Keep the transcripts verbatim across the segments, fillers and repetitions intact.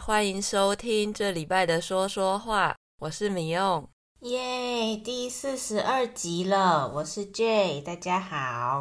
欢迎收听这礼拜的说说话，我是米用。 耶，第四十二集了，我是 J， 大家好。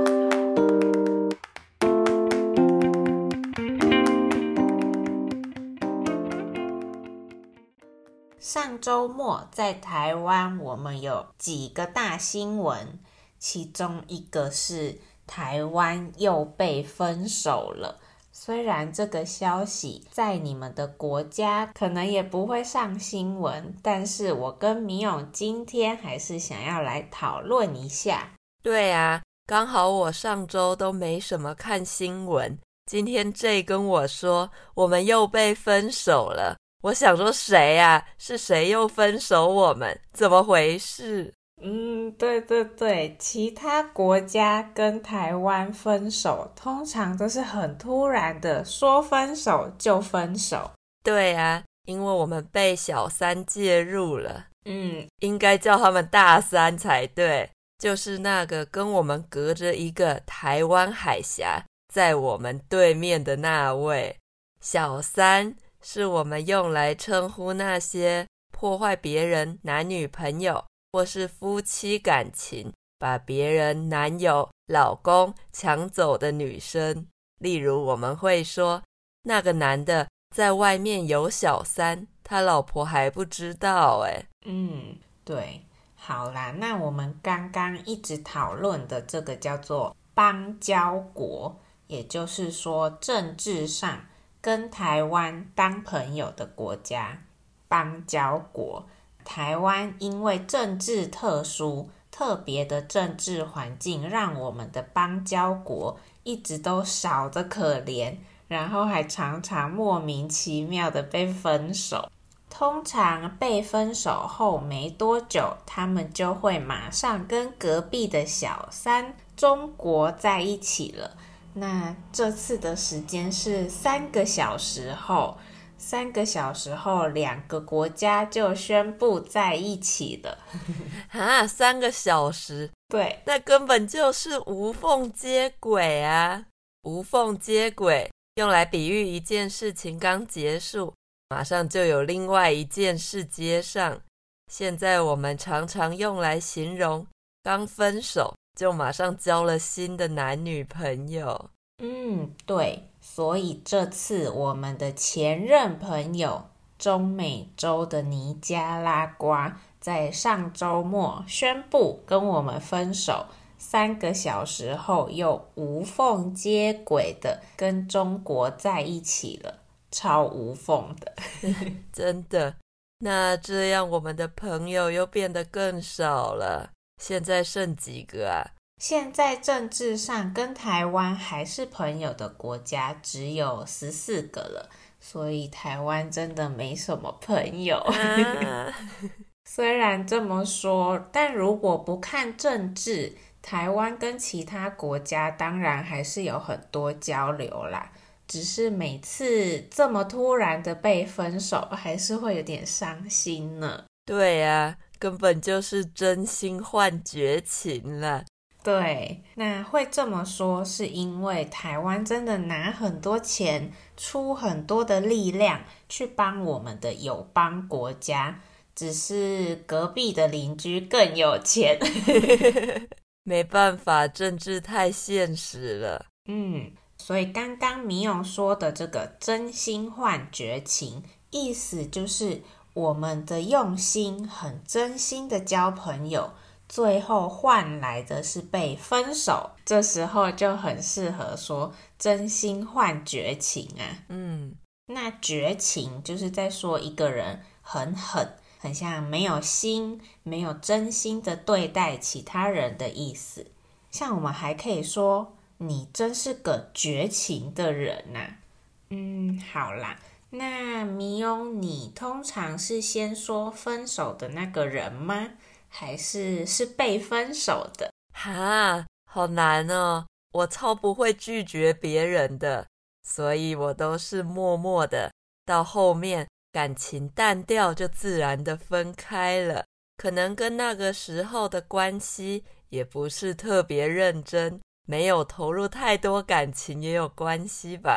上周末在台湾，我们有几个大新闻，其中一个是台湾又被分手了。虽然这个消息在你们的国家可能也不会上新闻，但是我跟米勇今天还是想要来讨论一下。 对啊，刚好我上周都没什么看新闻，今天 J 跟我说我们又被分手了。我想说谁啊？是谁又分手我们？怎么回事？ 嗯，对对对，其他国家跟台湾分手通常都是很突然的，说分手就分手。 对啊，因为我们被小三介入了。 嗯， 应该叫他们大三才对，就是那个跟我们隔着一个台湾海峡在我们对面的那位。小三是我们用来称呼那些破坏别人男女朋友或是夫妻感情，把别人男友、老公抢走的女生。例如我们会说，那个男的在外面有小三，他老婆还不知道耶。 嗯，对，好啦，那我们刚刚一直讨论的这个叫做邦交国，也就是说政治上跟台湾当朋友的国家，邦交国。台湾因为政治特殊，特别的政治环境，让我们的邦交国一直都少得可怜，然后还常常莫名其妙的被分手。通常被分手后没多久，他们就会马上跟隔壁的小三中国在一起了。那这次的时间是三个小时后，三个小时后两个国家就宣布在一起了。 啊，三个小时？ 对， 那根本就是无缝接轨啊！无缝接轨用来比喻一件事情刚结束，马上就有另外一件事接上。现在我们常常用来形容刚分手就马上交了新的男女朋友。 嗯，对，所以这次我们的前任朋友中美洲的尼加拉瓜在上周末宣布跟我们分手，三个小时后又无缝接轨的跟中国在一起了，超无缝的。 真的，那这样我们的朋友又变得更少了。现在剩几个啊？ 现在政治上跟台湾还是朋友的国家只有十四个了，所以台湾真的没什么朋友。 啊虽然这么说，但如果不看政治，台湾跟其他国家当然还是有很多交流啦。只是每次这么突然的被分手，还是会有点伤心呢。 对啊，根本就是真心换绝情了。 对，那会这么说是因为台湾真的拿很多钱，出很多的力量去帮我们的友邦国家，只是隔壁的邻居更有钱。 没办法，政治太现实了。 嗯，所以刚刚米勇说的这个真心换绝情，意思就是我们的用心很真心的交朋友，最后换来的是被分手，这时候就很适合说真心换绝情啊。 嗯， 那绝情就是在说一个人很狠，很像没有心，没有真心的对待其他人的意思。像我们还可以说你真是个绝情的人啊。嗯，好啦，那米勇，你通常是先说分手的那个人吗？还是是被分手的？ 哈，好难哦，我超不会拒绝别人的，所以我都是默默的，到后面感情淡掉就自然的分开了。可能跟那个时候的关系也不是特别认真，没有投入太多感情也有关系吧。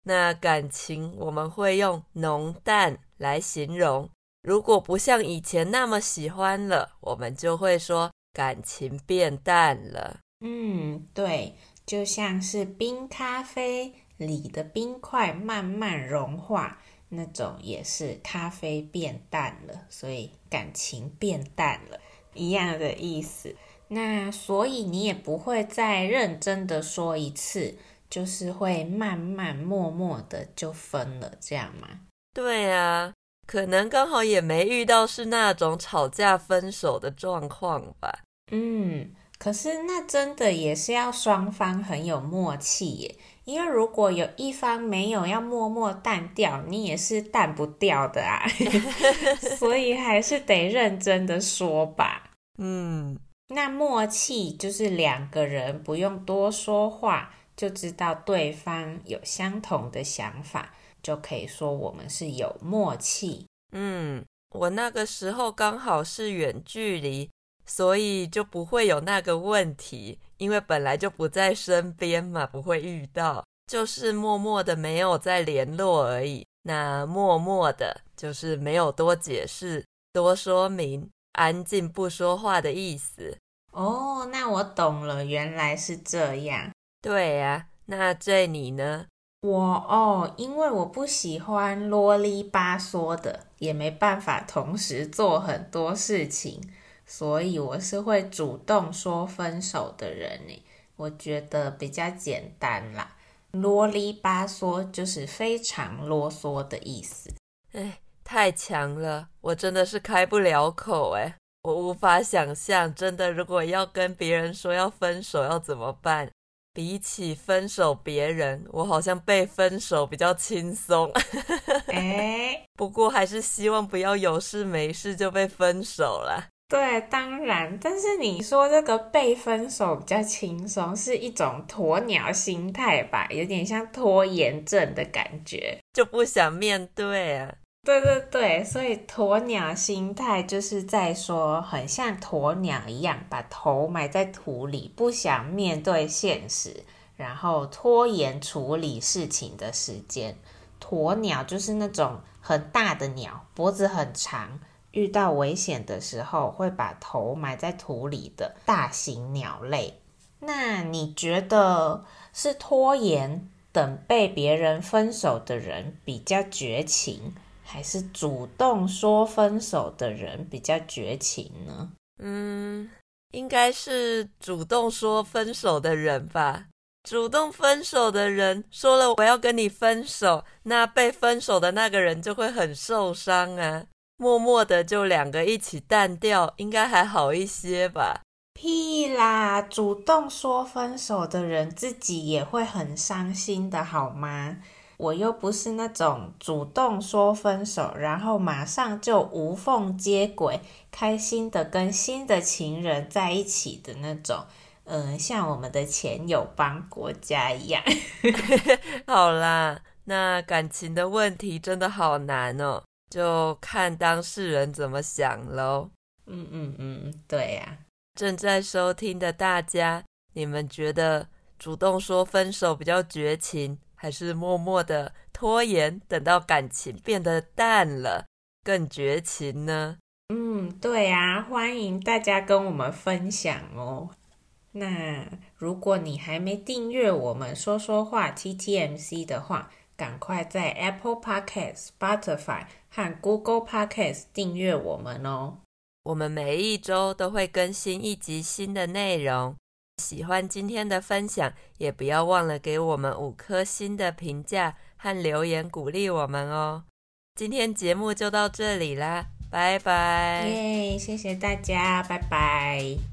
那感情我们会用浓淡来形容，如果不像以前那么喜欢了，我们就会说感情变淡了。 嗯，对，就像是冰咖啡里的冰块慢慢融化，那种也是咖啡变淡了，所以感情变淡了，一样的意思。那所以你也不会再认真的说一次，就是会慢慢默默的就分了，这样吗？ 对啊，可能刚好也没遇到是那种吵架分手的状况吧。 嗯，可是那真的也是要双方很有默契耶，因为如果有一方没有要默默淡掉，你也是淡不掉的啊。所以还是得认真的说吧。 嗯， 那默契就是两个人不用多说话，就知道对方有相同的想法，就可以说我们是有默契。 嗯，我那个时候刚好是远距离，所以就不会有那个问题，因为本来就不在身边嘛，不会遇到，就是默默的没有再联络而已。那默默的就是没有多解释、多说明，安静不说话的意思。 哦，那我懂了，原来是这样。 对啊，那这你呢？ 我哦，因为我不喜欢啰里吧嗦的，也没办法同时做很多事情，所以我是会主动说分手的人耶。我觉得比较简单啦，啰里吧嗦就是非常啰嗦的意思。 哎，太强了，我真的是开不了口哎，我无法想象，真的如果要跟别人说要分手要怎么办？比起分手别人，我好像被分手比较轻松。 哎， 不过还是希望不要有事没事就被分手啦。 对，当然，但是你说这个被分手比较轻松，是一种鸵鸟心态吧，有点像拖延症的感觉， 就不想面对啊。 对对对，所以鸵鸟心态就是在说，很像鸵鸟一样，把头埋在土里，不想面对现实，然后拖延处理事情的时间。鸵鸟就是那种很大的鸟，脖子很长，遇到危险的时候会把头埋在土里的大型鸟类。那你觉得是拖延等被别人分手的人比较绝情，还是主动说分手的人比较绝情呢？ 嗯，应该是主动说分手的人吧。主动分手的人说了我要跟你分手，那被分手的那个人就会很受伤啊。默默的就两个一起淡掉，应该还好一些吧。 屁啦，主动说分手的人自己也会很伤心的好吗？我又不是那种主动说分手，然后马上就无缝接轨，开心的跟新的情人在一起的那种，嗯，像我们的前友邦国家一样。 好啦，那感情的问题真的好难哦，就看当事人怎么想咯。 嗯嗯嗯，对呀、啊。 正在收听的大家，你们觉得主动说分手比较绝情，还是默默的拖延等到感情变得淡了更绝情呢？ 嗯，对啊，欢迎大家跟我们分享哦。那如果你还没订阅我们说说话 T T M C 的话，赶快在 Apple Podcast、Spotify 和 Google Podcast 订阅我们哦。 我们每一周都会更新一集新的内容，喜欢今天的分享，也不要忘了给我们五颗星的评价和留言鼓励我们哦。今天节目就到这里啦，拜拜。 耶，谢谢大家，拜拜。